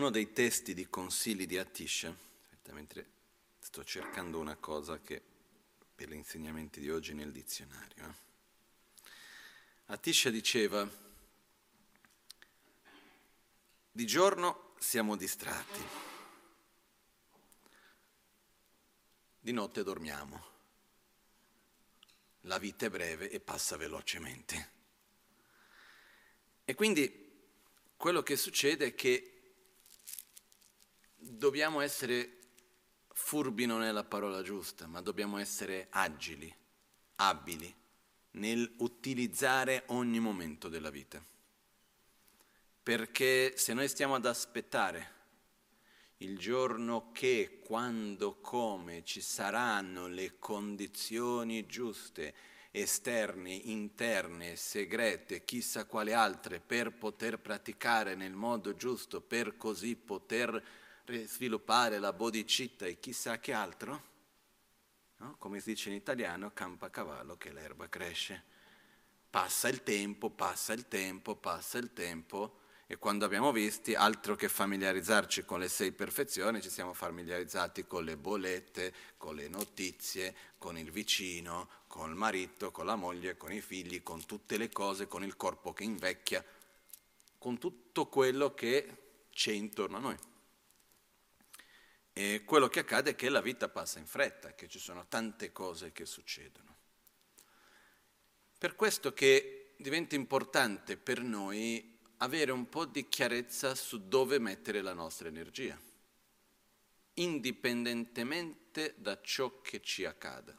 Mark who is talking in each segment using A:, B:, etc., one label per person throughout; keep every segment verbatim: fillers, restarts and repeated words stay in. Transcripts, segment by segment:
A: uno dei testi di Consigli di Atisha, mentre sto cercando una cosa che per gli insegnamenti di oggi nel dizionario. Eh. Atisha diceva: di giorno siamo distratti, di notte dormiamo, la vita è breve e passa velocemente. E quindi quello che succede è che dobbiamo essere furbi, non è la parola giusta, ma dobbiamo essere agili, abili nel utilizzare ogni momento della vita. Perché se noi stiamo ad aspettare il giorno che, quando, come ci saranno le condizioni giuste, esterne, interne, segrete, chissà quale altre, per poter praticare nel modo giusto, per così poter sviluppare la bodhicitta e chissà che altro, no? Come si dice in italiano, campa a cavallo che l'erba cresce. Passa il tempo, passa il tempo, passa il tempo, e quando abbiamo visti, altro che familiarizzarci con le sei perfezioni, ci siamo familiarizzati con le bollette, con le notizie, con il vicino, con il marito, con la moglie, con i figli, con tutte le cose, con il corpo che invecchia, con tutto quello che c'è intorno a noi. E quello che accade è che la vita passa in fretta, che ci sono tante cose che succedono. Per questo che diventa importante per noi avere un po' di chiarezza su dove mettere la nostra energia, indipendentemente da ciò che ci accada.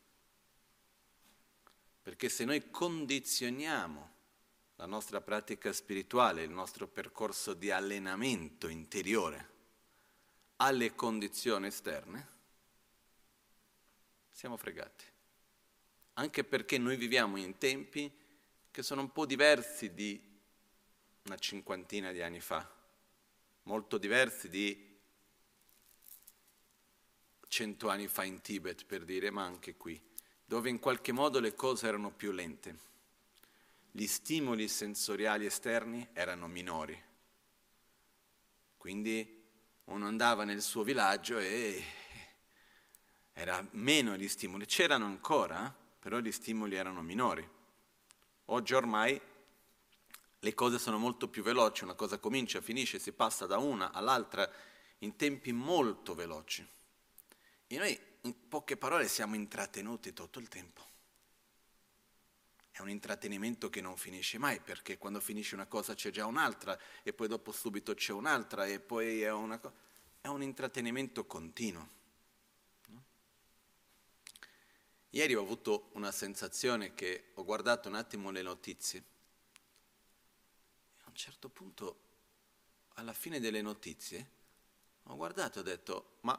A: Perché se noi condizioniamo la nostra pratica spirituale, il nostro percorso di allenamento interiore alle condizioni esterne, siamo fregati. Anche perché noi viviamo in tempi che sono un po' diversi di una cinquantina di anni fa, molto diversi di cento anni fa in Tibet, per dire, ma anche qui, dove in qualche modo le cose erano più lente. Gli stimoli sensoriali esterni erano minori. Quindi uno andava nel suo villaggio e era meno gli stimoli. C'erano ancora, però gli stimoli erano minori. Oggi ormai le cose sono molto più veloci, una cosa comincia, finisce, si passa da una all'altra in tempi molto veloci. E noi, in poche parole, siamo intrattenuti tutto il tempo. È un intrattenimento che non finisce mai, perché quando finisce una cosa c'è già un'altra, e poi dopo subito c'è un'altra, e poi è una cosa... È un intrattenimento continuo. No? Ieri ho avuto una sensazione che ho guardato un attimo le notizie, a un certo punto, alla fine delle notizie, ho guardato e ho detto, ma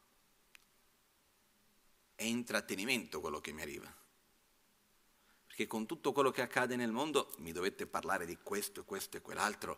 A: è intrattenimento quello che mi arriva. Perché con tutto quello che accade nel mondo mi dovete parlare di questo e questo e quell'altro.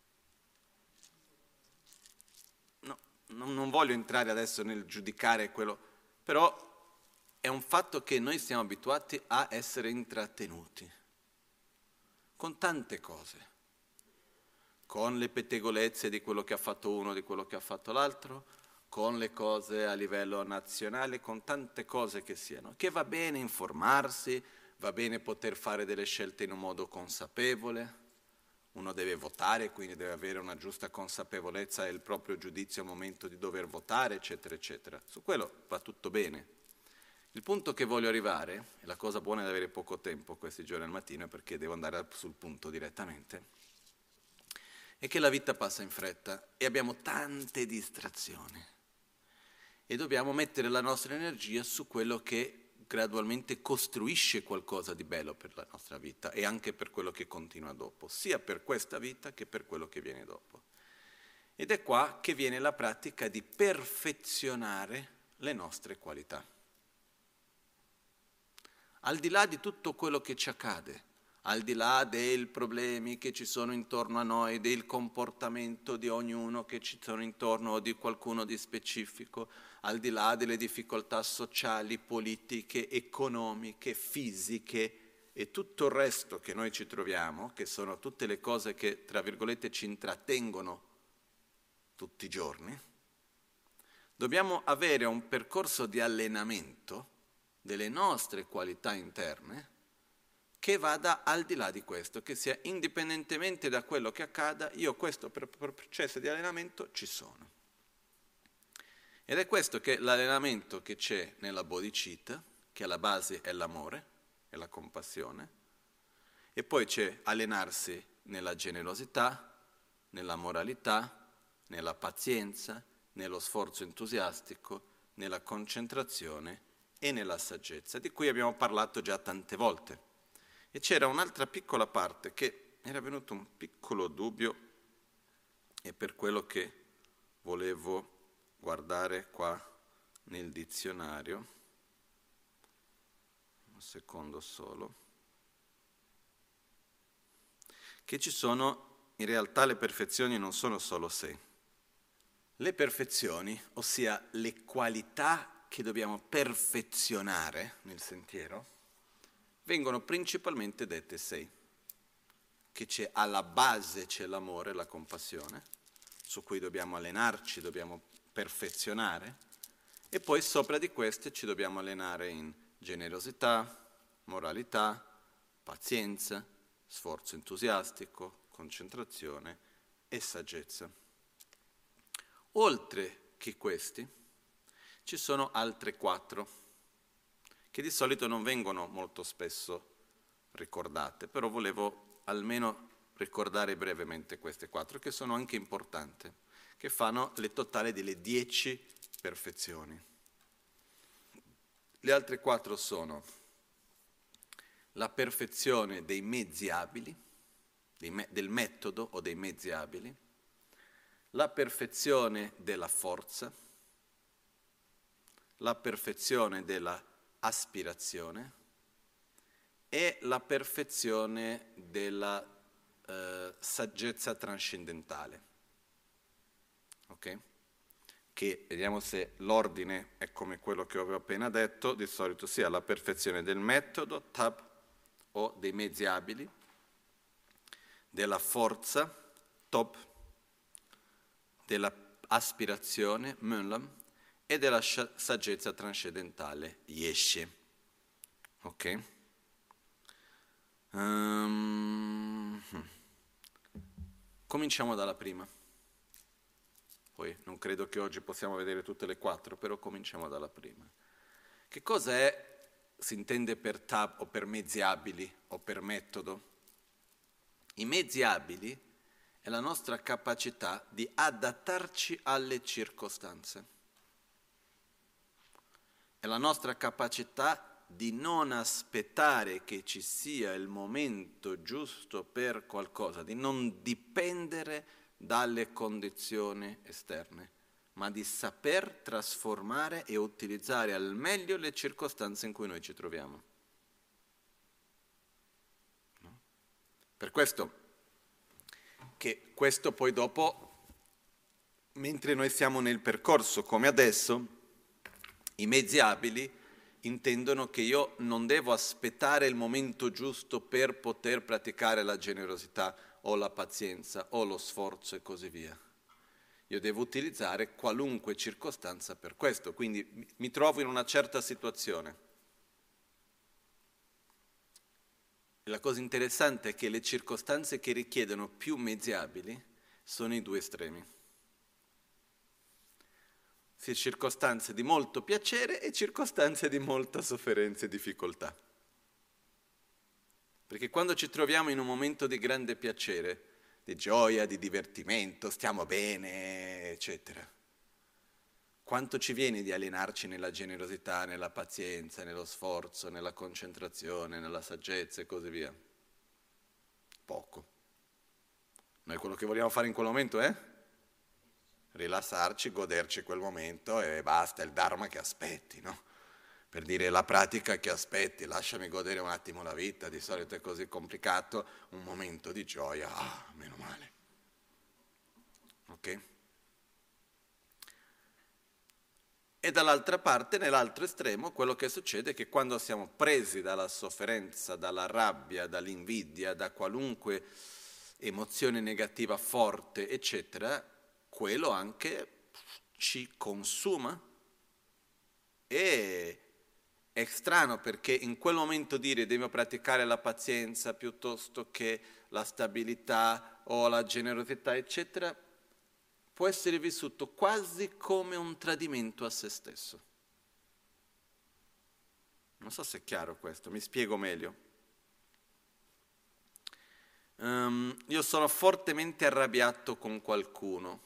A: No, non voglio entrare adesso nel giudicare quello, però è un fatto che noi siamo abituati a essere intrattenuti con tante cose. Con le pettegolezze di quello che ha fatto uno, di quello che ha fatto l'altro, con le cose a livello nazionale, con tante cose che siano, che va bene informarsi, va bene poter fare delle scelte in un modo consapevole, uno deve votare, quindi deve avere una giusta consapevolezza e il proprio giudizio al momento di dover votare, eccetera, eccetera. Su quello va tutto bene. Il punto che voglio arrivare, e la cosa buona è di avere poco tempo questi giorni al mattino, perché devo andare sul punto direttamente, è che la vita passa in fretta e abbiamo tante distrazioni e dobbiamo mettere la nostra energia su quello che gradualmente costruisce qualcosa di bello per la nostra vita e anche per quello che continua dopo, sia per questa vita che per quello che viene dopo. Ed è qua che viene la pratica di perfezionare le nostre qualità. Al di là di tutto quello che ci accade, al di là dei problemi che ci sono intorno a noi, del comportamento di ognuno che ci sono intorno o di qualcuno di specifico, al di là delle difficoltà sociali, politiche, economiche, fisiche e tutto il resto che noi ci troviamo, che sono tutte le cose che, tra virgolette, ci intrattengono tutti i giorni, dobbiamo avere un percorso di allenamento delle nostre qualità interne che vada al di là di questo, che sia indipendentemente da quello che accada, io questo per, per processo di allenamento ci sono. Ed è questo che l'allenamento che c'è nella bodhicitta, che alla base è l'amore e la compassione, e poi c'è allenarsi nella generosità, nella moralità, nella pazienza, nello sforzo entusiastico, nella concentrazione e nella saggezza, di cui abbiamo parlato già tante volte. E c'era un'altra piccola parte che era venuto un piccolo dubbio, e per quello che volevo guardare qua nel dizionario, un secondo solo, che ci sono, in realtà le perfezioni non sono solo sei. Le perfezioni, ossia le qualità che dobbiamo perfezionare nel sentiero, vengono principalmente dette sei, che c'è alla base c'è l'amore, la compassione, su cui dobbiamo allenarci, dobbiamo perfezionare, e poi sopra di queste ci dobbiamo allenare in generosità, moralità, pazienza, sforzo entusiastico, concentrazione e saggezza. Oltre che questi, ci sono altre quattro, che di solito non vengono molto spesso ricordate, però volevo almeno ricordare brevemente queste quattro, che sono anche importanti, che fanno le totale delle dieci perfezioni. Le altre quattro sono la perfezione dei mezzi abili, dei me- del metodo o dei mezzi abili, la perfezione della forza, la perfezione della aspirazione e la perfezione della eh, saggezza trascendentale. Ok? Che vediamo se l'ordine è come quello che avevo appena detto, di solito sia la perfezione del metodo, tab, o dei mezzi abili, della forza, top, della aspirazione, mönlam, e della saggezza trascendentale, yeshe. Ok? Um, cominciamo dalla prima. Poi non credo che oggi possiamo vedere tutte le quattro, però cominciamo dalla prima. Che cosa è, si intende per tab o per mezzi abili o per metodo? I mezzi abili è la nostra capacità di adattarci alle circostanze. È la nostra capacità di non aspettare che ci sia il momento giusto per qualcosa, di non dipendere dalle condizioni esterne, ma di saper trasformare e utilizzare al meglio le circostanze in cui noi ci troviamo. No? Per questo che questo poi dopo, mentre noi siamo nel percorso come adesso, i mezzi abili intendono che io non devo aspettare il momento giusto per poter praticare la generosità o la pazienza o lo sforzo e così via. Io devo utilizzare qualunque circostanza per questo, quindi mi trovo in una certa situazione. E la cosa interessante è che le circostanze che richiedono più mezzi abili sono i due estremi. Sì, circostanze di molto piacere e circostanze di molta sofferenza e difficoltà. Perché quando ci troviamo in un momento di grande piacere, di gioia, di divertimento, stiamo bene, eccetera, quanto ci viene di allenarci nella generosità, nella pazienza, nello sforzo, nella concentrazione, nella saggezza e così via? Poco. Noi quello che vogliamo fare in quel momento è rilassarci, goderci quel momento e basta, è il Dharma che aspetti, no? Per dire la pratica che aspetti, lasciami godere un attimo la vita, di solito è così complicato, un momento di gioia, ah, meno male. Ok? E dall'altra parte, nell'altro estremo, quello che succede è che quando siamo presi dalla sofferenza, dalla rabbia, dall'invidia, da qualunque emozione negativa forte, eccetera, quello anche ci consuma. E è strano perché in quel momento dire devo praticare la pazienza piuttosto che la stabilità o la generosità, eccetera, può essere vissuto quasi come un tradimento a se stesso. Non so se è chiaro questo, mi spiego meglio. Um, io sono fortemente arrabbiato con qualcuno.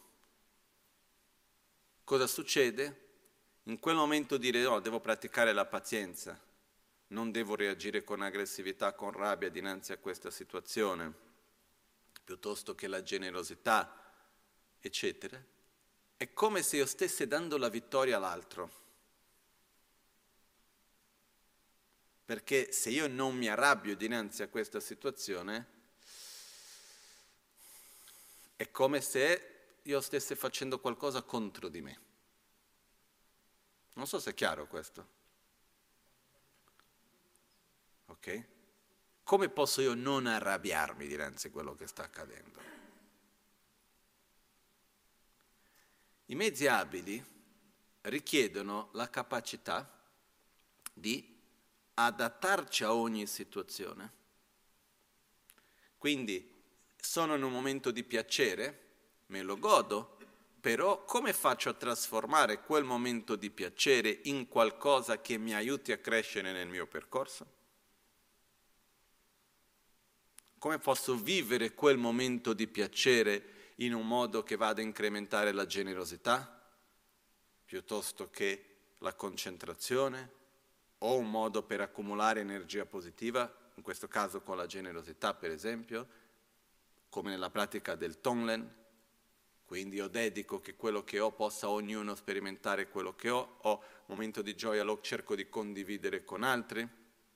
A: Cosa succede? In quel momento dire no, devo praticare la pazienza, non devo reagire con aggressività, con rabbia dinanzi a questa situazione, piuttosto che la generosità, eccetera. È come se io stessi dando la vittoria all'altro. Perché se io non mi arrabbio dinanzi a questa situazione, è come se io stessi facendo qualcosa contro di me. Non so se è chiaro questo. Ok? Come posso io non arrabbiarmi dinanzi a quello che sta accadendo? I mezzi abili richiedono la capacità di adattarci a ogni situazione. Quindi sono in un momento di piacere, me lo godo, però come faccio a trasformare quel momento di piacere in qualcosa che mi aiuti a crescere nel mio percorso? Come posso vivere quel momento di piacere in un modo che vada a incrementare la generosità, piuttosto che la concentrazione, o un modo per accumulare energia positiva, in questo caso con la generosità per esempio, come nella pratica del Tonglen. Quindi io dedico che quello che ho possa ognuno sperimentare quello che ho, ho un momento di gioia, lo cerco di condividere con altri.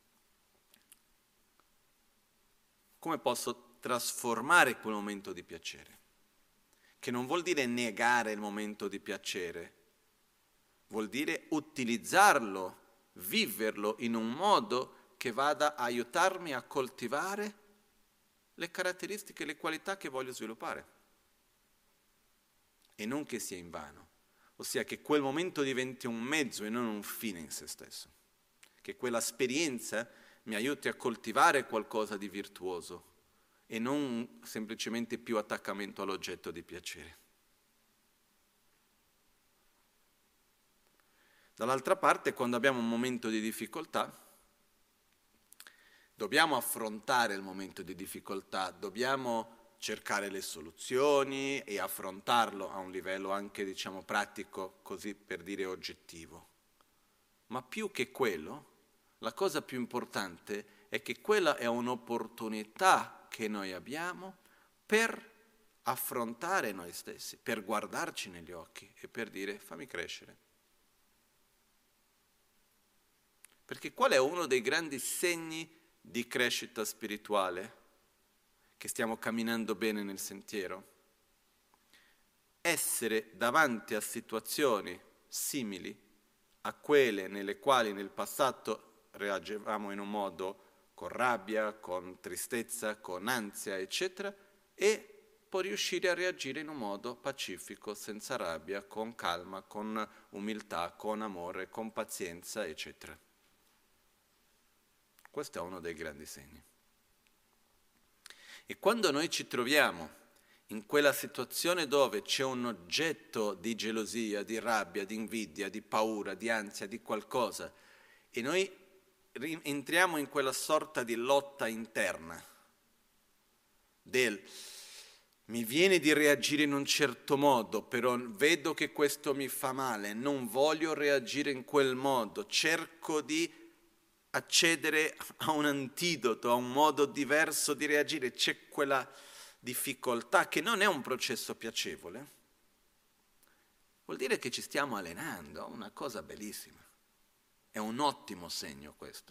A: Come posso trasformare quel momento di piacere? Che non vuol dire negare il momento di piacere, vuol dire utilizzarlo, viverlo in un modo che vada a aiutarmi a coltivare le caratteristiche, le qualità che voglio sviluppare. E non che sia invano, ossia che quel momento diventi un mezzo e non un fine in se stesso. Che quella esperienza mi aiuti a coltivare qualcosa di virtuoso e non semplicemente più attaccamento all'oggetto di piacere. Dall'altra parte, quando abbiamo un momento di difficoltà, dobbiamo affrontare il momento di difficoltà, dobbiamo cercare le soluzioni e affrontarlo a un livello anche, diciamo, pratico, così per dire oggettivo. Ma più che quello, la cosa più importante è che quella è un'opportunità che noi abbiamo per affrontare noi stessi, per guardarci negli occhi e per dire fammi crescere. Perché qual è uno dei grandi segni di crescita spirituale? Che stiamo camminando bene nel sentiero? Essere davanti a situazioni simili a quelle nelle quali nel passato reagivamo in un modo con rabbia, con tristezza, con ansia, eccetera, e poi riuscire a reagire in un modo pacifico, senza rabbia, con calma, con umiltà, con amore, con pazienza, eccetera. Questo è uno dei grandi segni. E quando noi ci troviamo in quella situazione dove c'è un oggetto di gelosia, di rabbia, di invidia, di paura, di ansia, di qualcosa, e noi entriamo in quella sorta di lotta interna del mi viene di reagire in un certo modo, però vedo che questo mi fa male, non voglio reagire in quel modo, cerco di accedere a un antidoto, a un modo diverso di reagire, c'è quella difficoltà che non è un processo piacevole, vuol dire che ci stiamo allenando, una cosa bellissima, è un ottimo segno questo.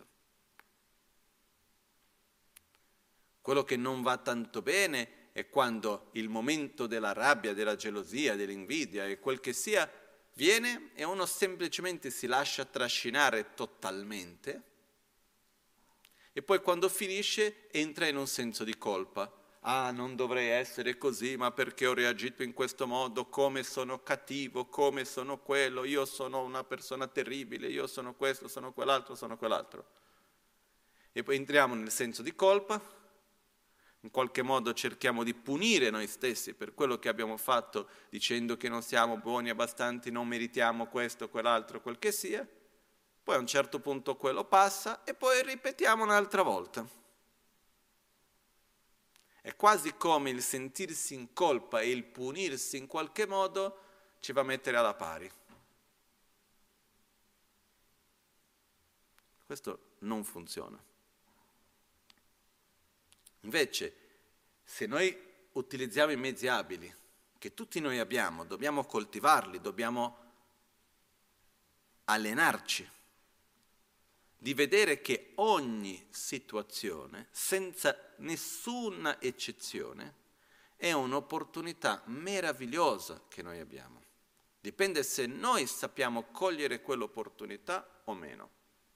A: Quello che non va tanto bene è quando il momento della rabbia, della gelosia, dell'invidia e quel che sia viene e uno semplicemente si lascia trascinare totalmente. E poi quando finisce entra in un senso di colpa. ah, non dovrei essere così, ma perché ho reagito in questo modo, come sono cattivo, come sono quello, io sono una persona terribile, io sono questo, sono quell'altro, sono quell'altro. E poi entriamo nel senso di colpa, in qualche modo cerchiamo di punire noi stessi per quello che abbiamo fatto, dicendo che non siamo buoni abbastanza, non meritiamo questo, quell'altro, quel che sia. Poi a un certo punto quello passa e poi ripetiamo un'altra volta. È quasi come il sentirsi in colpa e il punirsi in qualche modo ci va a mettere alla pari. Questo non funziona. Invece, se noi utilizziamo i mezzi abili, che tutti noi abbiamo, dobbiamo coltivarli, dobbiamo allenarci, di vedere che ogni situazione, senza nessuna eccezione, è un'opportunità meravigliosa che noi abbiamo. Dipende se noi sappiamo cogliere quell'opportunità o meno.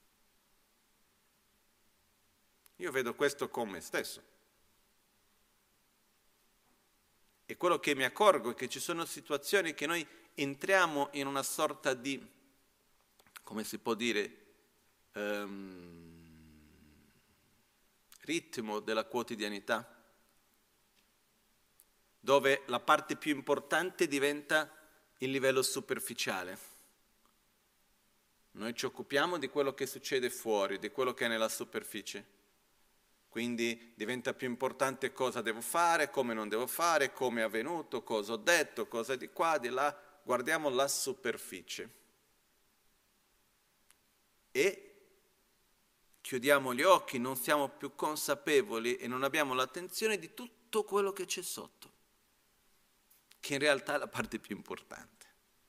A: Io vedo questo con me stesso. E quello che mi accorgo è che ci sono situazioni che noi entriamo in una sorta di, come si può dire, ehm, ritmo della quotidianità, dove la parte più importante diventa il livello superficiale. Noi ci occupiamo di quello che succede fuori, di quello che è nella superficie. Quindi diventa più importante cosa devo fare, come non devo fare, come è avvenuto, cosa ho detto, cosa di qua, di là. Guardiamo la superficie. E chiudiamo gli occhi, non siamo più consapevoli e non abbiamo l'attenzione di tutto quello che c'è sotto, che in realtà è la parte più importante.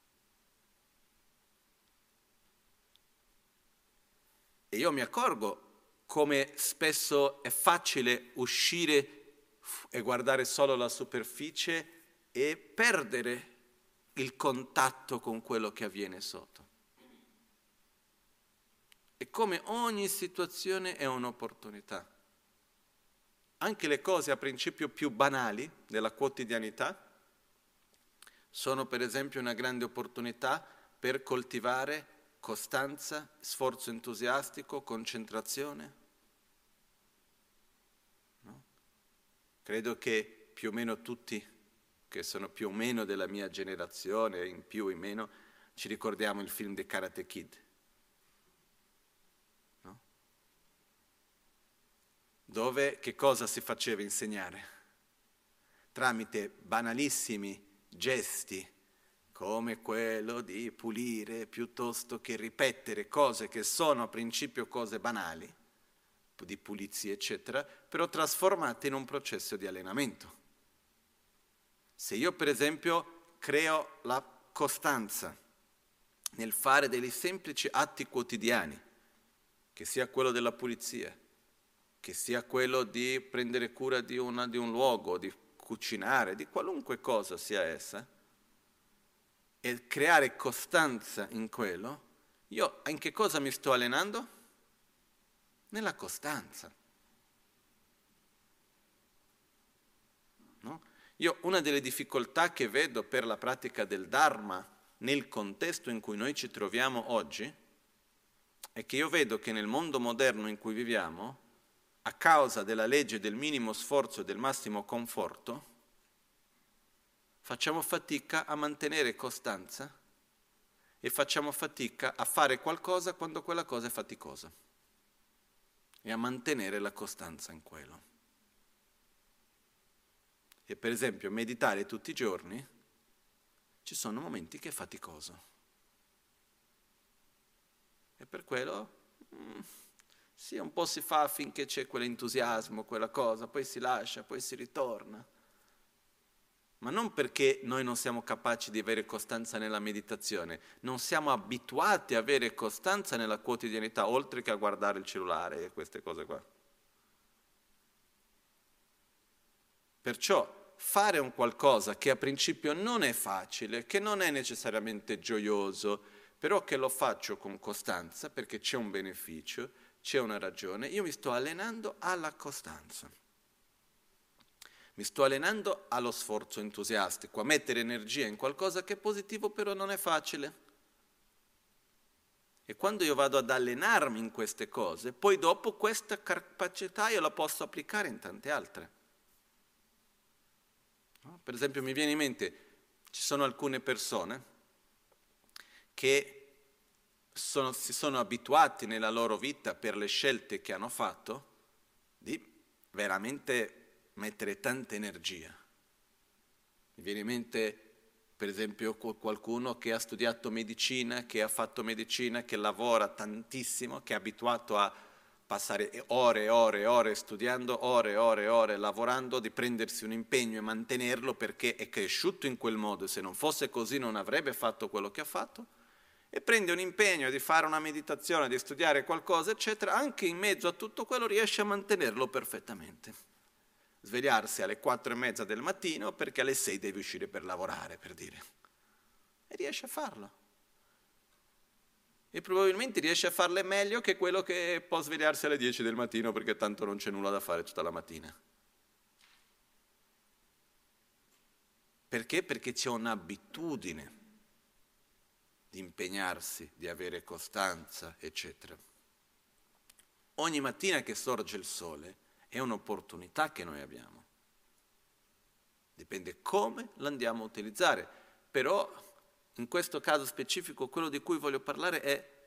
A: E io mi accorgo come spesso è facile uscire e guardare solo la superficie e perdere il contatto con quello che avviene sotto. E come ogni situazione è un'opportunità. Anche le cose a principio più banali della quotidianità sono per esempio una grande opportunità per coltivare costanza, sforzo entusiastico, concentrazione. No? Credo che più o meno tutti, che sono più o meno della mia generazione, in più o in meno, ci ricordiamo il film The Karate Kid. No? Dove che cosa si faceva insegnare? Tramite banalissimi gesti, come quello di pulire piuttosto che ripetere cose che sono a principio cose banali, di pulizia eccetera, però trasformate in un processo di allenamento. Se io per esempio creo la costanza nel fare dei semplici atti quotidiani, che sia quello della pulizia, che sia quello di prendere cura di, una, di un luogo, di cucinare, di qualunque cosa sia essa, e creare costanza in quello, io in che cosa mi sto allenando? Nella costanza. No? Io una delle difficoltà che vedo per la pratica del Dharma nel contesto in cui noi ci troviamo oggi è che io vedo che nel mondo moderno in cui viviamo, a causa della legge del minimo sforzo e del massimo conforto, facciamo fatica a mantenere costanza e facciamo fatica a fare qualcosa quando quella cosa è faticosa e a mantenere la costanza in quello. E per esempio meditare tutti i giorni, ci sono momenti che è faticoso. E per quello, mm, sì, un po' si fa finché c'è quell'entusiasmo, quella cosa, poi si lascia, poi si ritorna. Ma non perché noi non siamo capaci di avere costanza nella meditazione, non siamo abituati a avere costanza nella quotidianità, oltre che a guardare il cellulare e queste cose qua. Perciò fare un qualcosa che a principio non è facile, che non è necessariamente gioioso, però che lo faccio con costanza perché c'è un beneficio, c'è una ragione, io mi sto allenando alla costanza. Mi sto allenando allo sforzo entusiastico, a mettere energia in qualcosa che è positivo, però non è facile. E quando io vado ad allenarmi in queste cose, poi dopo questa capacità io la posso applicare in tante altre. No? Per esempio mi viene in mente, ci sono alcune persone che sono, si sono abituati nella loro vita per le scelte che hanno fatto di veramente mettere tanta energia. Mi viene in mente per esempio qualcuno che ha studiato medicina, che ha fatto medicina, che lavora tantissimo, che è abituato a passare ore e ore e ore studiando, ore e ore e ore lavorando, di prendersi un impegno e mantenerlo perché è cresciuto in quel modo, se non fosse così non avrebbe fatto quello che ha fatto, e prende un impegno di fare una meditazione, di studiare qualcosa, eccetera, anche in mezzo a tutto quello riesce a mantenerlo perfettamente. Svegliarsi alle quattro e mezza del mattino perché alle sei devi uscire per lavorare, per dire. E riesce a farlo. E probabilmente riesce a farle meglio che quello che può svegliarsi alle dieci del mattino perché tanto non c'è nulla da fare tutta la mattina. Perché? Perché c'è un'abitudine di impegnarsi, di avere costanza, eccetera. Ogni mattina che sorge il sole è un'opportunità che noi abbiamo. Dipende come l'andiamo a utilizzare. Però in questo caso specifico quello di cui voglio parlare è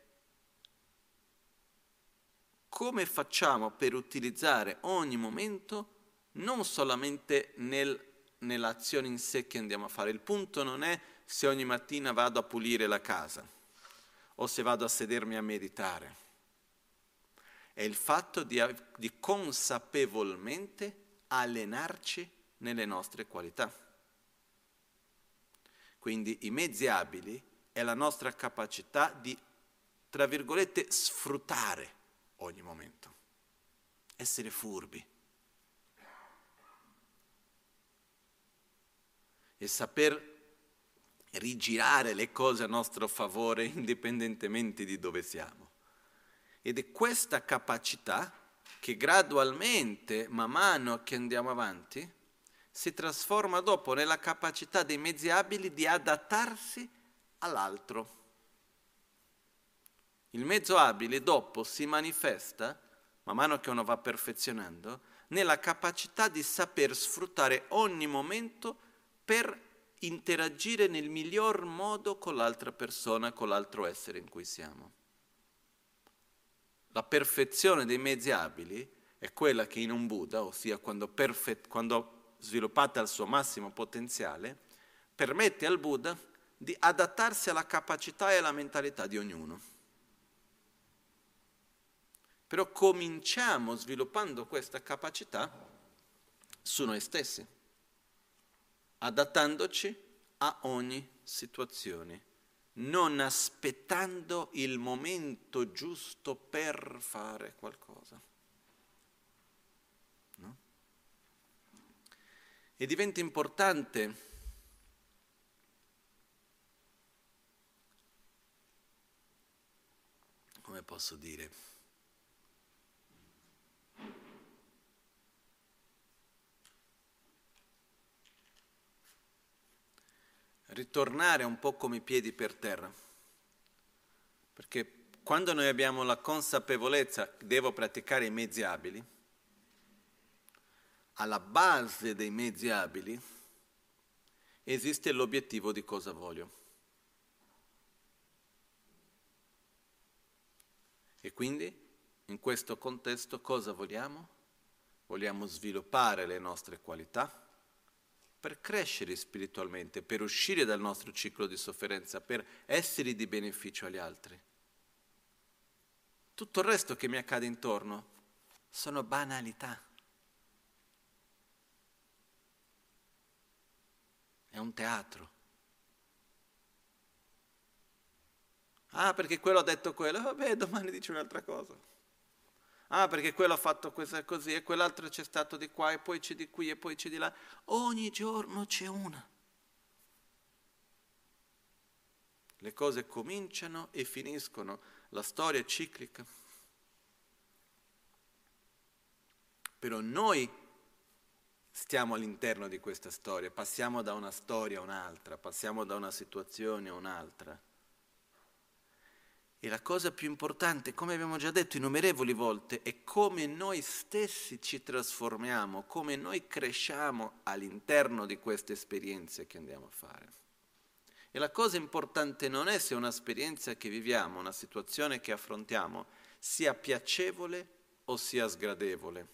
A: come facciamo per utilizzare ogni momento non solamente nel, nell'azione in sé che andiamo a fare. Il punto non è se ogni mattina vado a pulire la casa o se vado a sedermi a meditare. È il fatto di, di consapevolmente allenarci nelle nostre qualità. Quindi i mezzi abili è la nostra capacità di, tra virgolette, sfruttare ogni momento, essere furbi e saper rigirare le cose a nostro favore indipendentemente di dove siamo. Ed è questa capacità che gradualmente, man mano che andiamo avanti, si trasforma dopo nella capacità dei mezzi abili di adattarsi all'altro. Il mezzo abile dopo si manifesta, man mano che uno va perfezionando, nella capacità di saper sfruttare ogni momento per interagire nel miglior modo con l'altra persona, con l'altro essere in cui siamo. La perfezione dei mezzi abili è quella che in un Buddha, ossia quando, perfet- quando sviluppata al suo massimo potenziale, permette al Buddha di adattarsi alla capacità e alla mentalità di ognuno. Però cominciamo sviluppando questa capacità su noi stessi, adattandoci a ogni situazione, non aspettando il momento giusto per fare qualcosa. No? E diventa importante come posso dire, ritornare un po' come i piedi per terra, perché quando noi abbiamo la consapevolezza che devo praticare i mezzi abili, alla base dei mezzi abili esiste l'obiettivo di cosa voglio. E quindi in questo contesto cosa vogliamo? Vogliamo sviluppare le nostre qualità per crescere spiritualmente, per uscire dal nostro ciclo di sofferenza, per essere di beneficio agli altri. Tutto il resto che mi accade intorno sono banalità. È un teatro. Ah, perché quello ha detto quello, vabbè, domani dice un'altra cosa. Ah, perché quello ha fatto questa così e quell'altro c'è stato di qua e poi c'è di qui e poi c'è di là. Ogni giorno c'è una. Le cose cominciano e finiscono, la storia è ciclica. Però noi stiamo all'interno di questa storia, passiamo da una storia a un'altra, passiamo da una situazione a un'altra. E la cosa più importante, come abbiamo già detto innumerevoli volte, è come noi stessi ci trasformiamo, come noi cresciamo all'interno di queste esperienze che andiamo a fare. E la cosa importante non è se un'esperienza che viviamo, una situazione che affrontiamo, sia piacevole o sia sgradevole.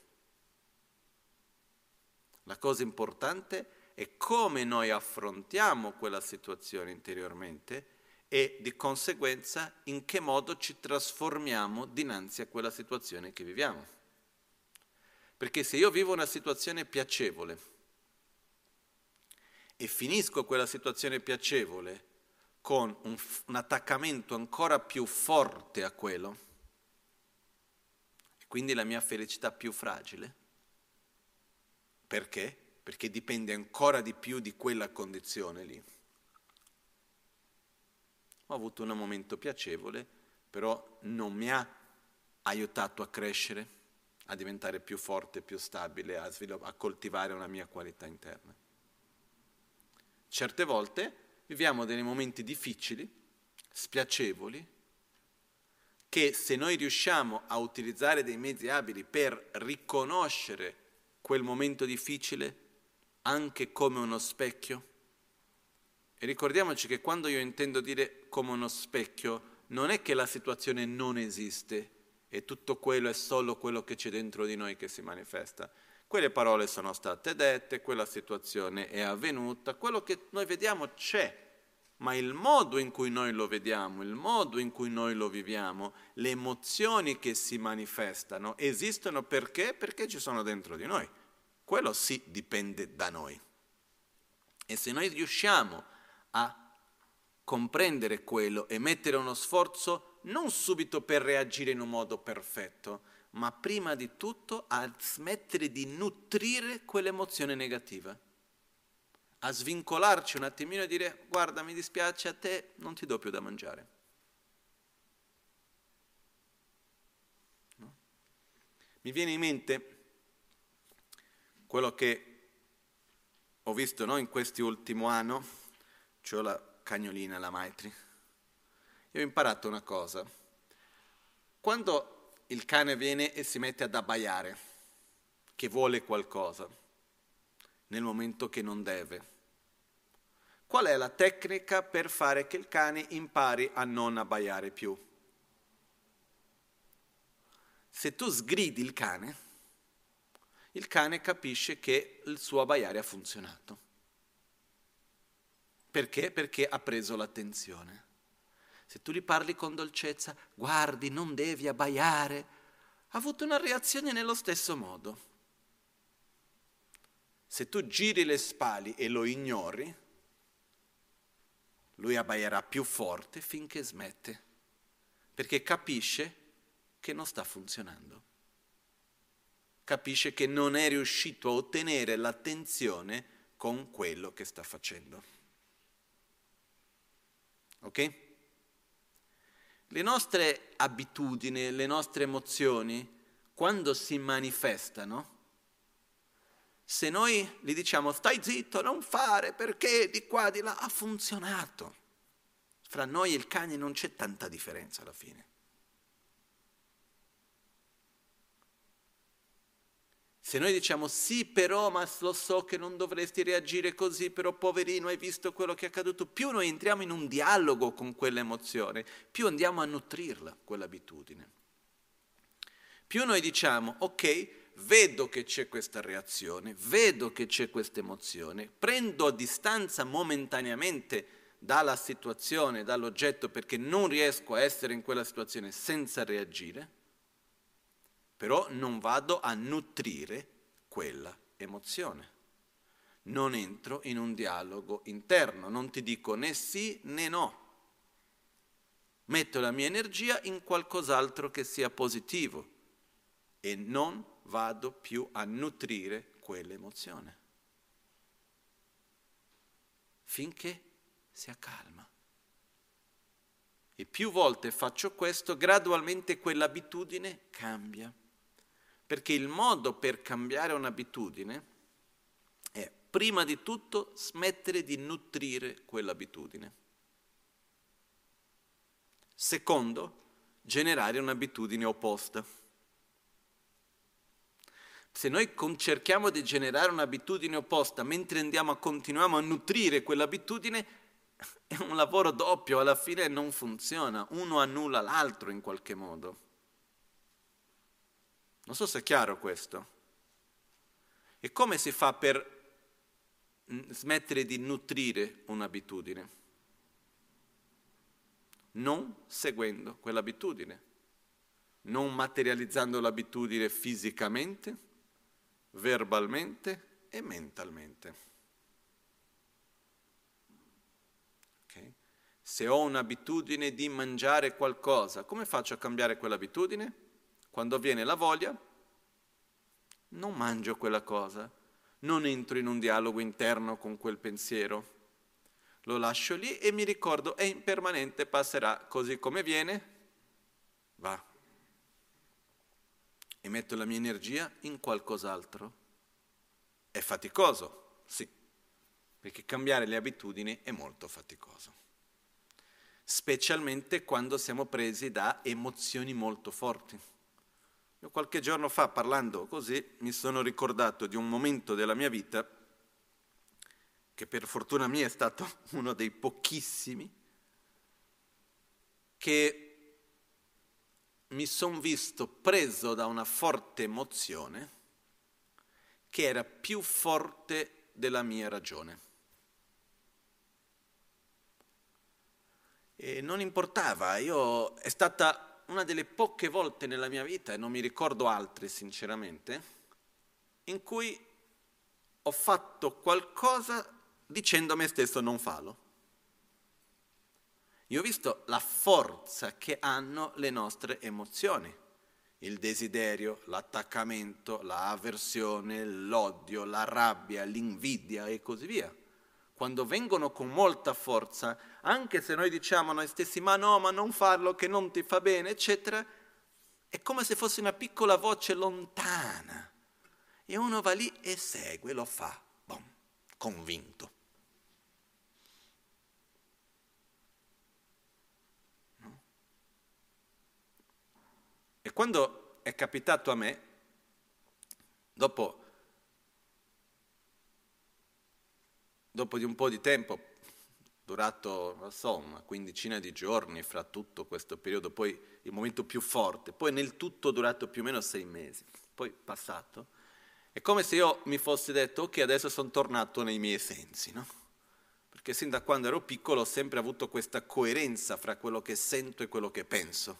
A: La cosa importante è come noi affrontiamo quella situazione interiormente e di conseguenza in che modo ci trasformiamo dinanzi a quella situazione che viviamo. Perché se io vivo una situazione piacevole e finisco quella situazione piacevole con un, un attaccamento ancora più forte a quello, e quindi la mia felicità più fragile, perché? Perché dipende ancora di più di quella condizione lì. Ho avuto un momento piacevole, però non mi ha aiutato a crescere, a diventare più forte, più stabile, a, svilupp- a coltivare una mia qualità interna. Certe volte viviamo dei momenti difficili, spiacevoli, che se noi riusciamo a utilizzare dei mezzi abili per riconoscere quel momento difficile anche come uno specchio. E ricordiamoci che quando io intendo dire come uno specchio, non è che la situazione non esiste e tutto quello è solo quello che c'è dentro di noi che si manifesta. Quelle parole sono state dette, quella situazione è avvenuta, quello che noi vediamo c'è, ma il modo in cui noi lo vediamo, il modo in cui noi lo viviamo, le emozioni che si manifestano, esistono perché? Perché ci sono dentro di noi. Quello sì dipende da noi. E se noi riusciamo a comprendere quello e mettere uno sforzo non subito per reagire in un modo perfetto, ma prima di tutto a smettere di nutrire quell'emozione negativa, a svincolarci un attimino e dire guarda mi dispiace a te, non ti do più da mangiare. No? Mi viene in mente quello che ho visto no, in questi ultimi anni, cioè la cagnolina, la Maitri. Io ho imparato una cosa. Quando il cane viene e si mette ad abbaiare, che vuole qualcosa, nel momento che non deve, qual è la tecnica per fare che il cane impari a non abbaiare più? Se tu sgridi il cane, il cane capisce che il suo abbaiare ha funzionato. Perché? Perché ha preso l'attenzione. Se tu gli parli con dolcezza, guardi, non devi abbaiare, ha avuto una reazione nello stesso modo. Se tu giri le spalle e lo ignori, lui abbaierà più forte finché smette, perché capisce che non sta funzionando. Capisce che non è riuscito a ottenere l'attenzione con quello che sta facendo. Ok? Le nostre abitudini, le nostre emozioni, quando si manifestano, se noi gli diciamo stai zitto, non fare, perché di qua, di là, ha funzionato. Fra noi e il cane non c'è tanta differenza alla fine. Se noi diciamo sì però, ma lo so che non dovresti reagire così, però poverino hai visto quello che è accaduto, più noi entriamo in un dialogo con quell'emozione, più andiamo a nutrirla, quell'abitudine. Più noi diciamo ok, vedo che c'è questa reazione, vedo che c'è questa emozione, prendo distanza momentaneamente dalla situazione, dall'oggetto, perché non riesco a essere in quella situazione senza reagire, però non vado a nutrire quella emozione. Non entro in un dialogo interno, non ti dico né sì né no. Metto la mia energia in qualcos'altro che sia positivo e non vado più a nutrire quell'emozione. Finché si accalma. E più volte faccio questo, gradualmente quell'abitudine cambia. Perché il modo per cambiare un'abitudine è, prima di tutto, smettere di nutrire quell'abitudine. Secondo, generare un'abitudine opposta. Se noi cerchiamo di generare un'abitudine opposta mentre andiamo a continuiamo a nutrire quell'abitudine, è un lavoro doppio, alla fine non funziona, uno annulla l'altro in qualche modo. Non so se è chiaro questo. E come si fa per smettere di nutrire un'abitudine? Non seguendo quell'abitudine, non materializzando l'abitudine fisicamente, verbalmente e mentalmente. Okay? Se ho un'abitudine di mangiare qualcosa, come faccio a cambiare quell'abitudine? Quando viene la voglia, non mangio quella cosa, non entro in un dialogo interno con quel pensiero, lo lascio lì e mi ricordo è impermanente, passerà, così come viene, va. E metto la mia energia in qualcos'altro. È faticoso, sì, perché cambiare le abitudini è molto faticoso, specialmente quando siamo presi da emozioni molto forti. Io qualche giorno fa, parlando così, mi sono ricordato di un momento della mia vita che per fortuna mia è stato uno dei pochissimi che mi sono visto preso da una forte emozione che era più forte della mia ragione. E non importava, io è stata una delle poche volte nella mia vita, e non mi ricordo altre sinceramente, in cui ho fatto qualcosa dicendo a me stesso non fallo. Io ho visto la forza che hanno le nostre emozioni, il desiderio, l'attaccamento, l'avversione, l'odio, la rabbia, l'invidia e così via. Quando vengono con molta forza, anche se noi diciamo a noi stessi ma no, ma non farlo, che non ti fa bene, eccetera, è come se fosse una piccola voce lontana. E uno va lì e segue, lo fa, boom, convinto. No? E quando è capitato a me, dopo... Dopo di un po' di tempo, durato, non so, una quindicina di giorni fra tutto questo periodo, poi il momento più forte, poi nel tutto durato più o meno sei mesi, poi passato, è come se io mi fossi detto, ok, adesso sono tornato nei miei sensi, no? Perché sin da quando ero piccolo ho sempre avuto questa coerenza fra quello che sento e quello che penso.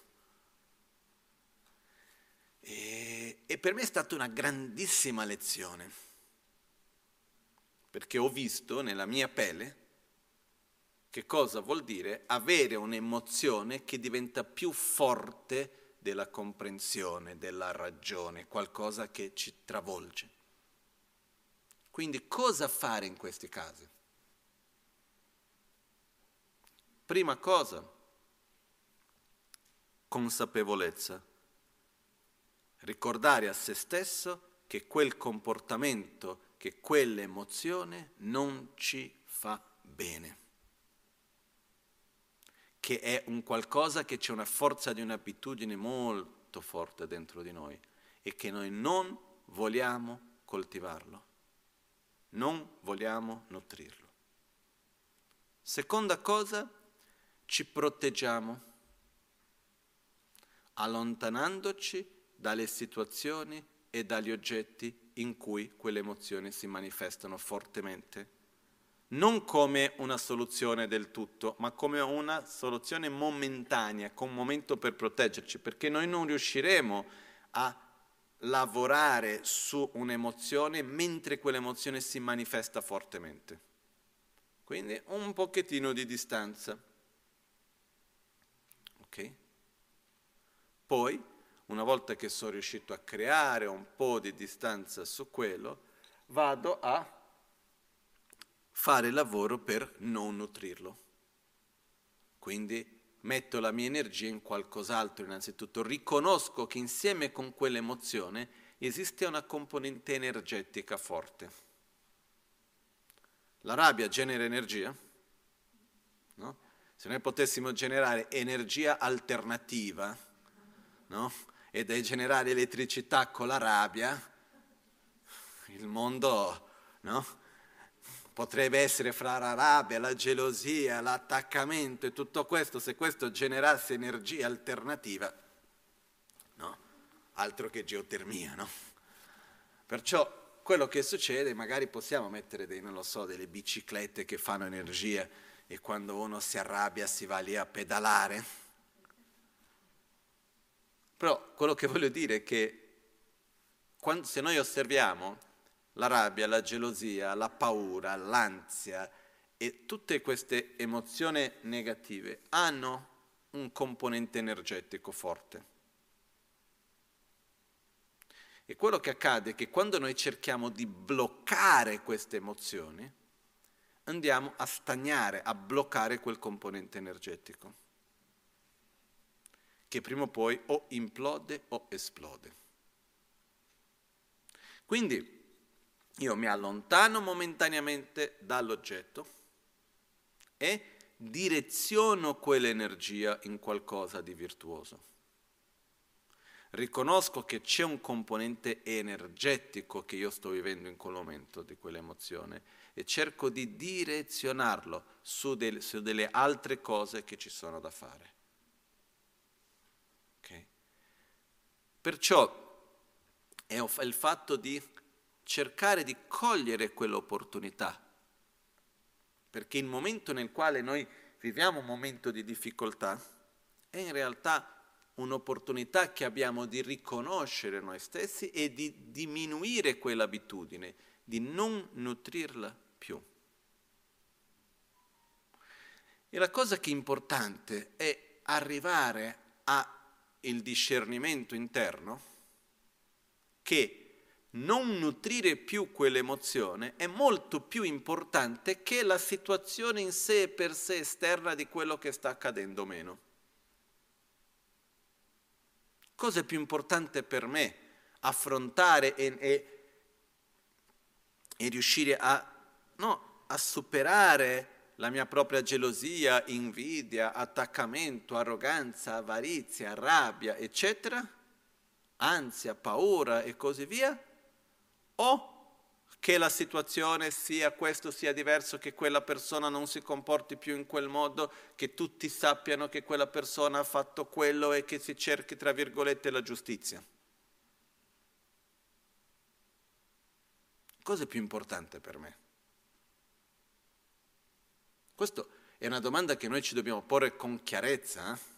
A: E, e per me è stata una grandissima lezione. Perché ho visto nella mia pelle che cosa vuol dire avere un'emozione che diventa più forte della comprensione, della ragione, qualcosa che ci travolge. Quindi cosa fare in questi casi? Prima cosa, consapevolezza. Ricordare a se stesso che quel comportamento, che quell'emozione non ci fa bene, che è un qualcosa che c'è una forza di un'abitudine molto forte dentro di noi e che noi non vogliamo coltivarlo, non vogliamo nutrirlo. Seconda cosa, ci proteggiamo, allontanandoci dalle situazioni e dagli oggetti in cui quelle emozioni si manifestano fortemente, non come una soluzione del tutto, ma come una soluzione momentanea, con un momento per proteggerci, perché noi non riusciremo a lavorare su un'emozione mentre quell'emozione si manifesta fortemente. Quindi un pochettino di distanza. Ok? Poi, una volta che sono riuscito a creare un po' di distanza su quello, vado a fare il lavoro per non nutrirlo. Quindi metto la mia energia in qualcos'altro innanzitutto, riconosco che insieme con quell'emozione esiste una componente energetica forte. La rabbia genera energia, no? Se noi potessimo generare energia alternativa, no? Ed è generare elettricità con la rabbia, il mondo, no? Potrebbe essere fra la rabbia, la gelosia, l'attaccamento e tutto questo, se questo generasse energia alternativa, no? Altro che geotermia, no? Perciò quello che succede, magari possiamo mettere dei, non lo so, delle biciclette che fanno energia e quando uno si arrabbia si va lì a pedalare. Però quello che voglio dire è che quando, se noi osserviamo la rabbia, la gelosia, la paura, l'ansia e tutte queste emozioni negative hanno un componente energetico forte. E quello che accade è che quando noi cerchiamo di bloccare queste emozioni, andiamo a stagnare, a bloccare quel componente energetico, che prima o poi o implode o esplode. Quindi io mi allontano momentaneamente dall'oggetto e direziono quell'energia in qualcosa di virtuoso. Riconosco che c'è un componente energetico che io sto vivendo in quel momento di quell'emozione e cerco di direzionarlo su, del, su delle altre cose che ci sono da fare. Okay? Perciò è il fatto di cercare di cogliere quell'opportunità, perché il momento nel quale noi viviamo un momento di difficoltà è in realtà un'opportunità che abbiamo di riconoscere noi stessi e di diminuire quell'abitudine, di non nutrirla più. E la cosa che è importante è arrivare al discernimento interno che non nutrire più quell'emozione è molto più importante che la situazione in sé per sé esterna di quello che sta accadendo o meno. Cosa è più importante per me? Affrontare e, e, e riuscire a, no, a superare la mia propria gelosia, invidia, attaccamento, arroganza, avarizia, rabbia, eccetera, ansia, paura e così via, o che la situazione sia questo, sia diverso, che quella persona non si comporti più in quel modo, che tutti sappiano che quella persona ha fatto quello e che si cerchi, tra virgolette, la giustizia. Cosa è più importante per me? Questa è una domanda che noi ci dobbiamo porre con chiarezza, eh?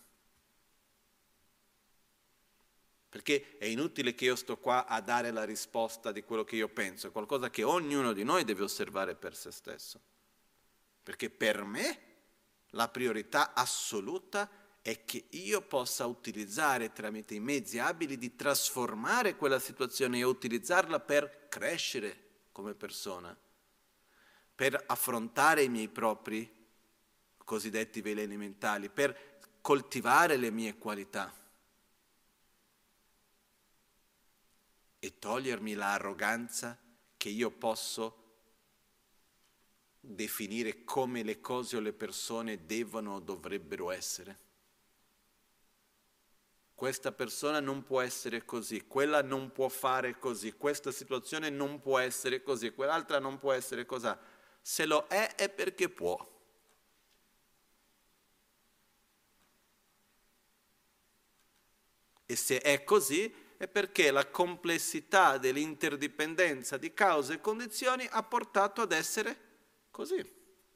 A: Perché è inutile che io sto qua a dare la risposta di quello che io penso, è qualcosa che ognuno di noi deve osservare per se stesso. Perché per me la priorità assoluta è che io possa utilizzare tramite i mezzi abili di trasformare quella situazione e utilizzarla per crescere come persona, per affrontare i miei propri cosiddetti veleni mentali, per coltivare le mie qualità. E togliermi l'arroganza che io posso definire come le cose o le persone devono o dovrebbero essere. Questa persona non può essere così, quella non può fare così, questa situazione non può essere così, quell'altra non può essere così. Se lo è, è perché può. E se è così, è perché la complessità dell'interdipendenza di cause e condizioni ha portato ad essere così.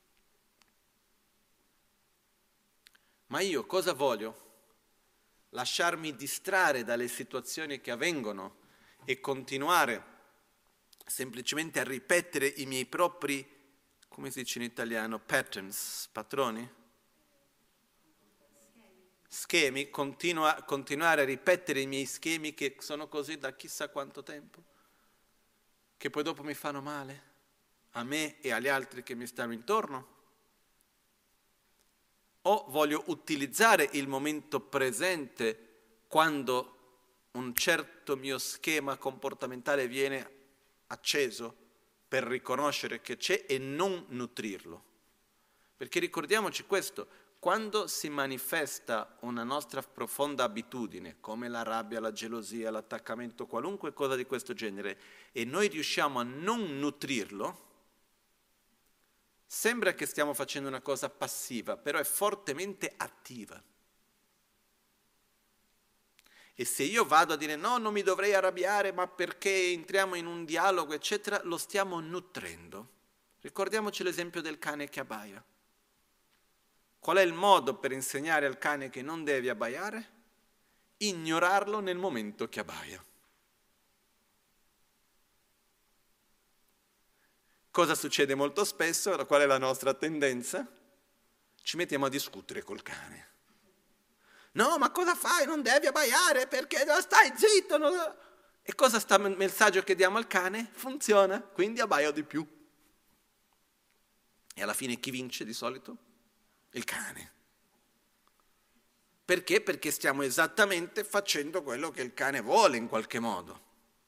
A: Ma io cosa voglio? Lasciarmi distrarre dalle situazioni che avvengono e continuare semplicemente a ripetere i miei propri, come si dice in italiano, patterns, patroni? Schemi, continua, continuare a ripetere i miei schemi che sono così da chissà quanto tempo, che poi dopo mi fanno male, a me e agli altri che mi stanno intorno? O voglio utilizzare il momento presente quando un certo mio schema comportamentale viene acceso per riconoscere che c'è e non nutrirlo. Perché ricordiamoci questo, quando si manifesta una nostra profonda abitudine, come la rabbia, la gelosia, l'attaccamento, qualunque cosa di questo genere, e noi riusciamo a non nutrirlo, sembra che stiamo facendo una cosa passiva, però è fortemente attiva. E se io vado a dire no, non mi dovrei arrabbiare, ma perché entriamo in un dialogo, eccetera, lo stiamo nutrendo. Ricordiamoci l'esempio del cane che abbaia. Qual è il modo per insegnare al cane che non devi abbaiare? Ignorarlo nel momento che abbaia. Cosa succede molto spesso? Qual è la nostra tendenza? Ci mettiamo a discutere col cane. No, ma cosa fai? Non devi abbaiare perché non stai zitto. Non... E cosa sta il messaggio che diamo al cane? Funziona, quindi abbaio di più. E alla fine chi vince di solito? Il cane. Perché? Perché stiamo esattamente facendo quello che il cane vuole in qualche modo.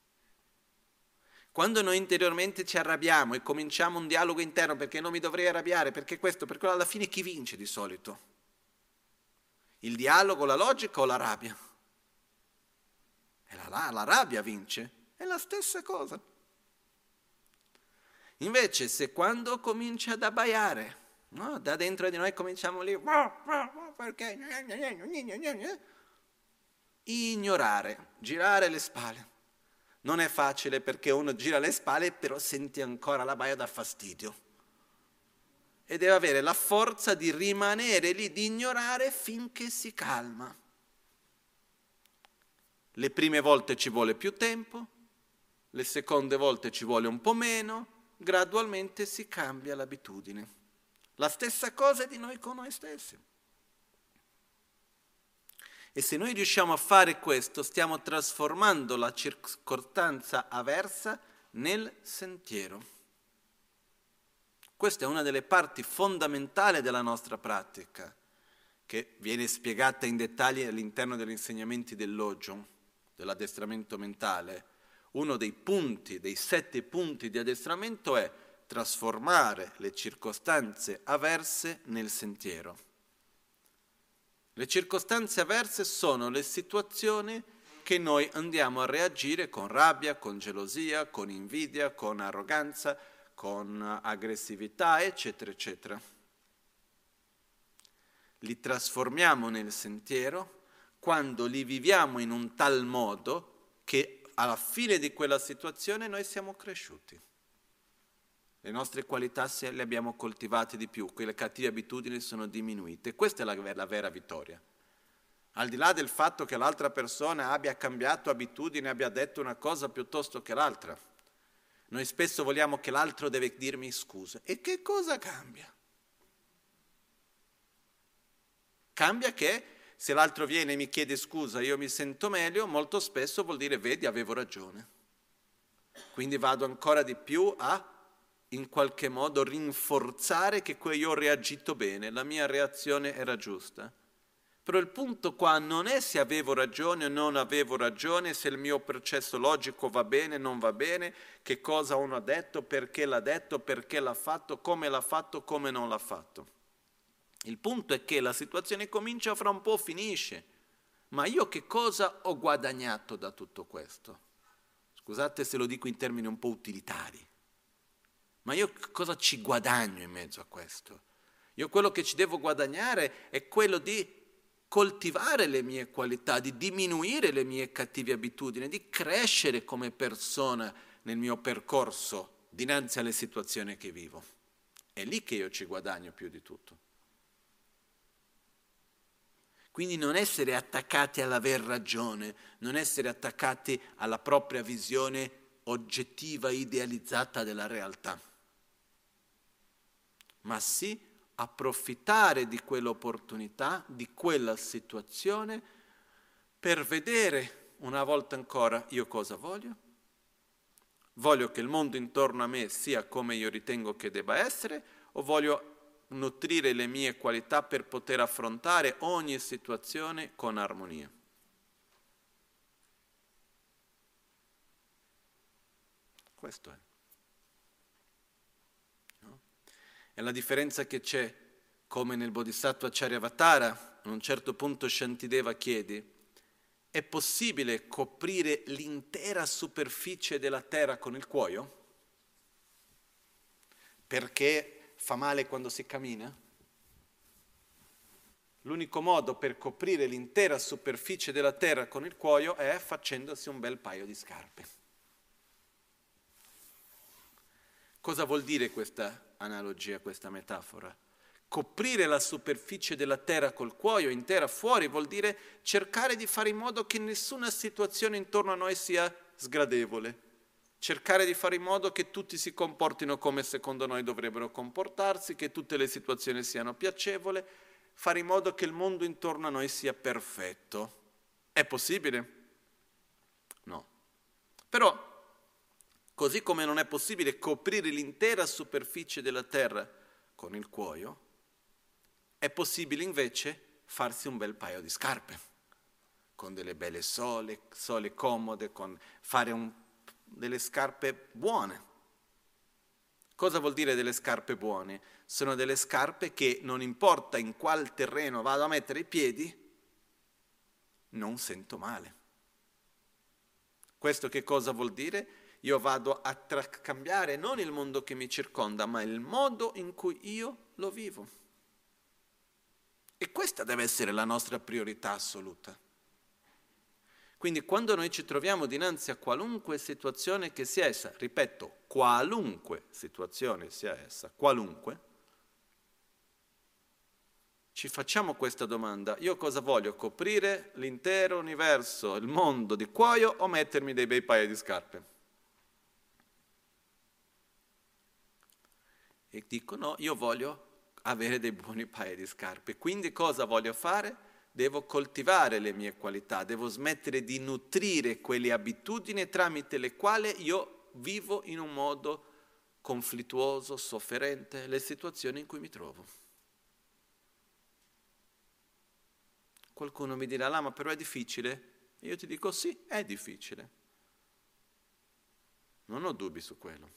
A: Quando noi interiormente ci arrabbiamo e cominciamo un dialogo interno perché non mi dovrei arrabbiare, perché questo, per quello, alla fine chi vince di solito? Il dialogo, la logica o la rabbia? E la, la, la rabbia vince, è la stessa cosa. Invece se quando comincia ad abbaiare, no, da dentro di noi cominciamo lì, perché? Ignorare, girare le spalle. Non è facile perché uno gira le spalle, però senti ancora la baia da fastidio. E deve avere la forza di rimanere lì, di ignorare finché si calma. Le prime volte ci vuole più tempo, le seconde volte ci vuole un po' meno, gradualmente si cambia l'abitudine. La stessa cosa è di noi con noi stessi. E se noi riusciamo a fare questo, stiamo trasformando la circostanza avversa nel sentiero. Questa è una delle parti fondamentali della nostra pratica, che viene spiegata in dettagli all'interno degli insegnamenti dell'Ojong, dell'addestramento mentale. Uno dei punti, dei sette punti di addestramento è trasformare le circostanze avverse nel sentiero. Le circostanze avverse sono le situazioni che noi andiamo a reagire con rabbia, con gelosia, con invidia, con arroganza, con aggressività, eccetera, eccetera. Li trasformiamo nel sentiero quando li viviamo in un tal modo che alla fine di quella situazione noi siamo cresciuti. Le nostre qualità se le abbiamo coltivate di più, quelle cattive abitudini sono diminuite. Questa è la, la vera vittoria. Al di là del fatto che l'altra persona abbia cambiato abitudine, abbia detto una cosa piuttosto che l'altra. Noi spesso vogliamo che l'altro deve dirmi scusa. E che cosa cambia? Cambia che se l'altro viene e mi chiede scusa, io mi sento meglio, molto spesso vuol dire, vedi, avevo ragione. Quindi vado ancora di più a in qualche modo rinforzare che io ho reagito bene, la mia reazione era giusta. Però il punto qua non è se avevo ragione o non avevo ragione, se il mio processo logico va bene o non va bene, che cosa uno ha detto, perché l'ha detto, perché l'ha fatto, come l'ha fatto, come non l'ha fatto. Il punto è che la situazione comincia, fra un po' finisce. Ma io che cosa ho guadagnato da tutto questo? Scusate se lo dico in termini un po' utilitari. Ma io cosa ci guadagno in mezzo a questo? Io quello che ci devo guadagnare è quello di coltivare le mie qualità, di diminuire le mie cattive abitudini, di crescere come persona nel mio percorso dinanzi alle situazioni che vivo. È lì che io ci guadagno più di tutto. Quindi non essere attaccati all'aver ragione, non essere attaccati alla propria visione oggettiva, idealizzata della realtà, ma sì approfittare di quell'opportunità, di quella situazione, per vedere una volta ancora io cosa voglio. Voglio che il mondo intorno a me sia come io ritengo che debba essere, o voglio nutrire le mie qualità per poter affrontare ogni situazione con armonia. Questo è. È la differenza che c'è, come nel Bodhisattva Charyavatara, a un certo punto Shantideva chiede: è possibile coprire l'intera superficie della terra con il cuoio? Perché fa male quando si cammina? L'unico modo per coprire l'intera superficie della terra con il cuoio è facendosi un bel paio di scarpe. Cosa vuol dire questa analogia, questa metafora? Coprire la superficie della terra col cuoio intera fuori vuol dire cercare di fare in modo che nessuna situazione intorno a noi sia sgradevole. Cercare di fare in modo che tutti si comportino come secondo noi dovrebbero comportarsi, che tutte le situazioni siano piacevoli, fare in modo che il mondo intorno a noi sia perfetto. È possibile? No. Però, così come non è possibile coprire l'intera superficie della terra con il cuoio, è possibile invece farsi un bel paio di scarpe, con delle belle sole, sole comode, con fare un, delle scarpe buone. Cosa vuol dire delle scarpe buone? Sono delle scarpe che non importa in qual terreno vado a mettere i piedi, non sento male. Questo che cosa vuol dire? Io vado a tra- cambiare non il mondo che mi circonda, ma il modo in cui io lo vivo. E questa deve essere la nostra priorità assoluta. Quindi quando noi ci troviamo dinanzi a qualunque situazione che sia essa, ripeto, qualunque situazione sia essa, qualunque, ci facciamo questa domanda: io cosa voglio? Coprire l'intero universo, il mondo di cuoio o mettermi dei bei paio di scarpe? E dico no, io voglio avere dei buoni paia di scarpe. Quindi cosa voglio fare? Devo coltivare le mie qualità, devo smettere di nutrire quelle abitudini tramite le quali io vivo in un modo conflittuoso, sofferente, le situazioni in cui mi trovo. Qualcuno mi dirà: ah, ma però è difficile? E io ti dico sì, è difficile. Non ho dubbi su quello.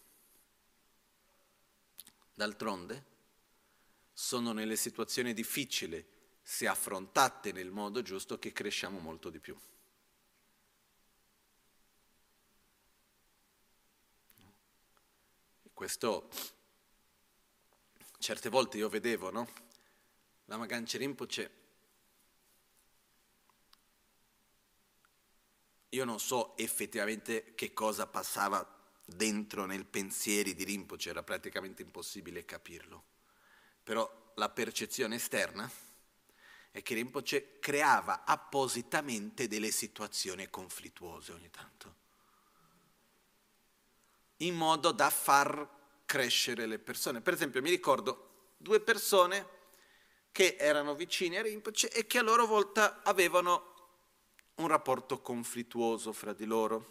A: D'altronde, sono nelle situazioni difficili, se affrontate nel modo giusto, che cresciamo molto di più. Questo, certe volte io vedevo, no? Lama Ganchen Rinpoche, io non so effettivamente che cosa passava dentro nel pensieri di Rinpoche, era praticamente impossibile capirlo. Però la percezione esterna è che Rinpoche creava appositamente delle situazioni conflittuose ogni tanto, in modo da far crescere le persone. Per esempio, mi ricordo due persone che erano vicine a Rinpoche e che a loro volta avevano un rapporto conflittuoso fra di loro.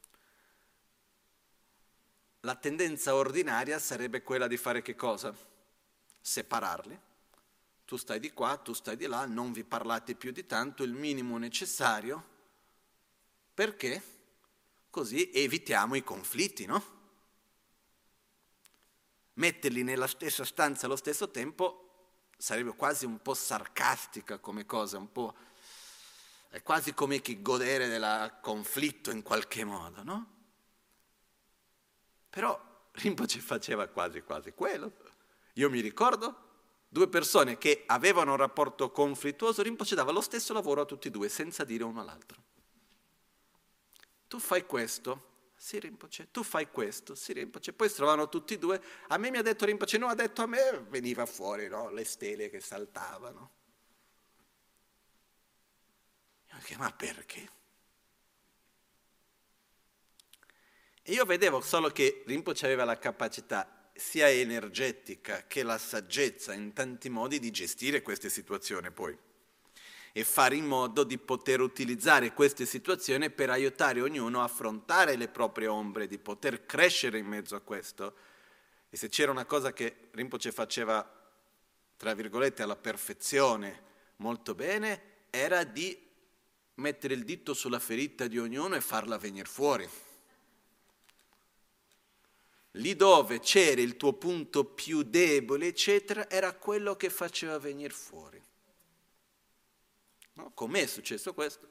A: La tendenza ordinaria sarebbe quella di fare che cosa? Separarli. Tu stai di qua, tu stai di là, non vi parlate più di tanto, il minimo necessario. Perché? Così evitiamo i conflitti, no? Metterli nella stessa stanza allo stesso tempo sarebbe quasi un po' sarcastica come cosa, un po'... è quasi come chi godere del conflitto in qualche modo, no? Però Rinpoche faceva quasi quasi quello. Io mi ricordo due persone che avevano un rapporto conflittuoso, Rinpoche dava lo stesso lavoro a tutti e due, senza dire uno all'altro. Tu fai questo? Sì, Rinpoche. Tu fai questo? Sì, Rinpoche. Poi si trovavano tutti e due. A me mi ha detto Rinpoche, no, ha detto a me, veniva fuori, no? Le stele che saltavano. Io dico, ma perché? E io vedevo solo che Rinpoche aveva la capacità sia energetica che la saggezza in tanti modi di gestire queste situazioni poi e fare in modo di poter utilizzare queste situazioni per aiutare ognuno a affrontare le proprie ombre, di poter crescere in mezzo a questo. E se c'era una cosa che Rinpoche faceva, tra virgolette, alla perfezione molto bene, era di mettere il dito sulla ferita di ognuno e farla venire fuori. lì dove c'era il tuo punto più debole, eccetera, era quello che faceva venire fuori. No? Com'è successo questo?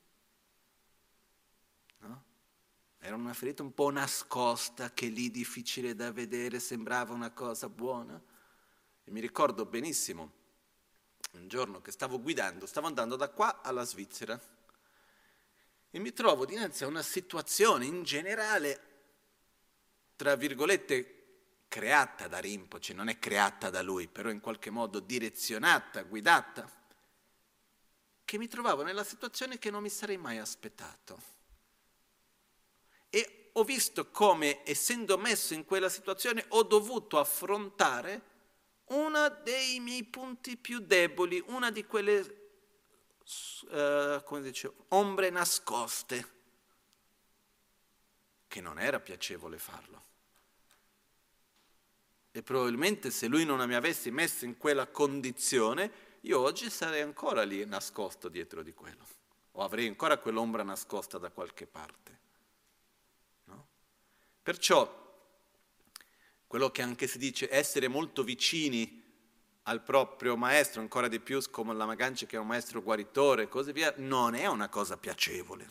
A: No? Era una ferita un po' nascosta, che lì difficile da vedere, sembrava una cosa buona. E mi ricordo benissimo, un giorno che stavo guidando, stavo andando da qua alla Svizzera e mi trovo dinanzi a una situazione in generale, tra virgolette, creata da Rinpoche, non è creata da lui, però in qualche modo direzionata, guidata, che mi trovavo nella situazione che non mi sarei mai aspettato. E ho visto come, essendo messo in quella situazione, ho dovuto affrontare uno dei miei punti più deboli, una di quelle, uh, come dicevo, ombre nascoste, che non era piacevole farlo. E probabilmente se lui non mi avesse messo in quella condizione, io oggi sarei ancora lì nascosto dietro di quello, o avrei ancora quell'ombra nascosta da qualche parte. No? Perciò, quello che anche si dice, essere molto vicini al proprio maestro, ancora di più come la Magancia che è un maestro guaritore e così via, non è una cosa piacevole.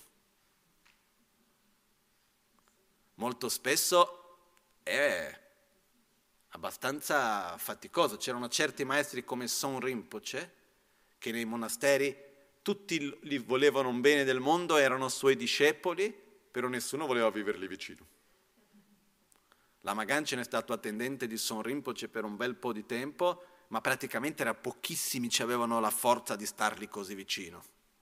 A: Molto spesso è abbastanza faticoso. C'erano certi maestri come Son Rinpoche, che nei monasteri tutti gli volevano un bene del mondo, erano suoi discepoli, però nessuno voleva viverli vicino. La Magancia è stato attendente di Son Rinpoche per un bel po' di tempo, ma praticamente era pochissimi ci avevano la forza di stargli così vicino,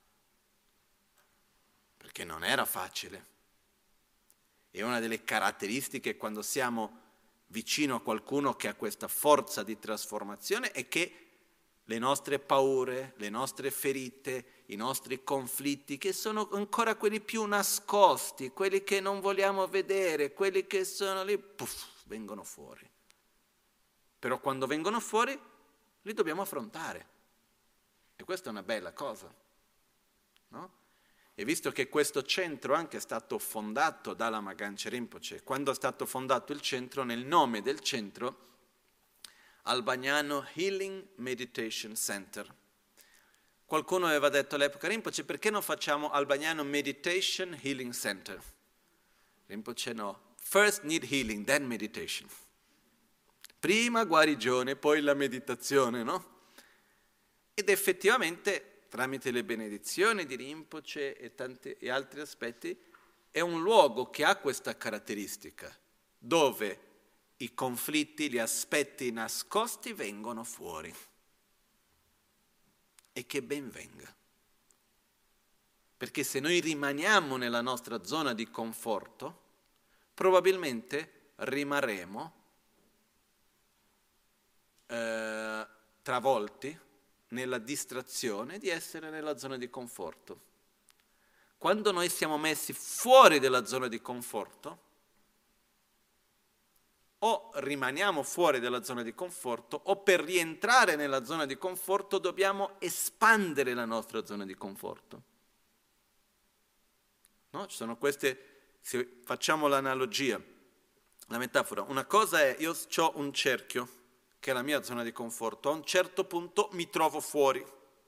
A: perché non era facile. E una delle caratteristiche quando siamo vicino a qualcuno che ha questa forza di trasformazione è che le nostre paure, le nostre ferite, i nostri conflitti, che sono ancora quelli più nascosti, quelli che non vogliamo vedere, quelli che sono lì, puff, vengono fuori. Però quando vengono fuori, li dobbiamo affrontare. E questa è una bella cosa, no? E visto che questo centro anche è stato fondato dalla Magancia Rinpoche, quando è stato fondato il centro, nel nome del centro, Albagnano Healing Meditation Center. Qualcuno aveva detto all'epoca, Rinpoche, perché non facciamo Albagnano Meditation Healing Center? Rinpoche no, first need healing, then meditation. Prima guarigione, poi la meditazione, no? Ed effettivamente, tramite le benedizioni di Rinpoche e tanti e altri aspetti, è un luogo che ha questa caratteristica, dove i conflitti, gli aspetti nascosti vengono fuori. E che ben venga. Perché se noi rimaniamo nella nostra zona di conforto, probabilmente rimarremo eh, travolti nella distrazione di essere nella zona di conforto. Quando noi siamo messi fuori della zona di conforto, o rimaniamo fuori dalla zona di conforto, o per rientrare nella zona di conforto dobbiamo espandere la nostra zona di conforto. No? Ci sono queste, se facciamo l'analogia, la metafora, una cosa è, io ho un cerchio, che è la mia zona di conforto, a un certo punto mi trovo fuori.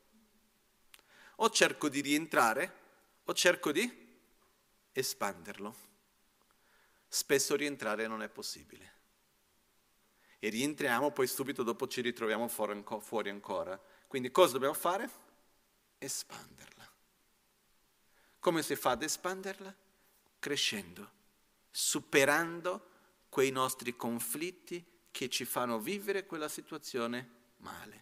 A: O cerco di rientrare, o cerco di espanderlo. Spesso rientrare non è possibile. E rientriamo, poi subito dopo ci ritroviamo fuori ancora. Quindi cosa dobbiamo fare? Espanderla. Come si fa ad espanderla? Crescendo, superando quei nostri conflitti che ci fanno vivere quella situazione male.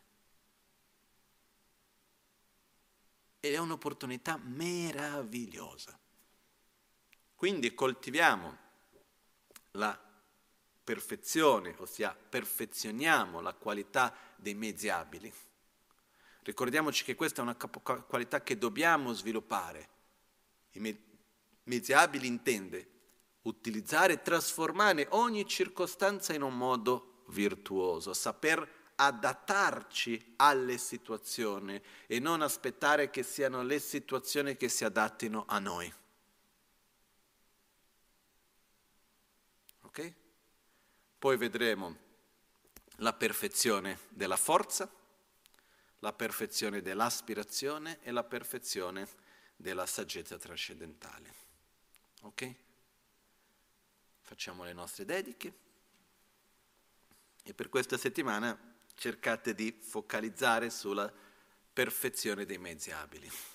A: Ed è un'opportunità meravigliosa. Quindi coltiviamo la perfezione, ossia perfezioniamo la qualità dei mezzi abili. Ricordiamoci che questa è una qualità che dobbiamo sviluppare. I me- mezzi abili intende utilizzare e trasformare ogni circostanza in un modo virtuoso, saper adattarci alle situazioni e non aspettare che siano le situazioni che si adattino a noi. Ok? poi vedremo la perfezione della forza, la perfezione dell'aspirazione e la perfezione della saggezza trascendentale. Ok? Facciamo le nostre dediche e per questa settimana cercate di focalizzare sulla perfezione dei mezzi abili.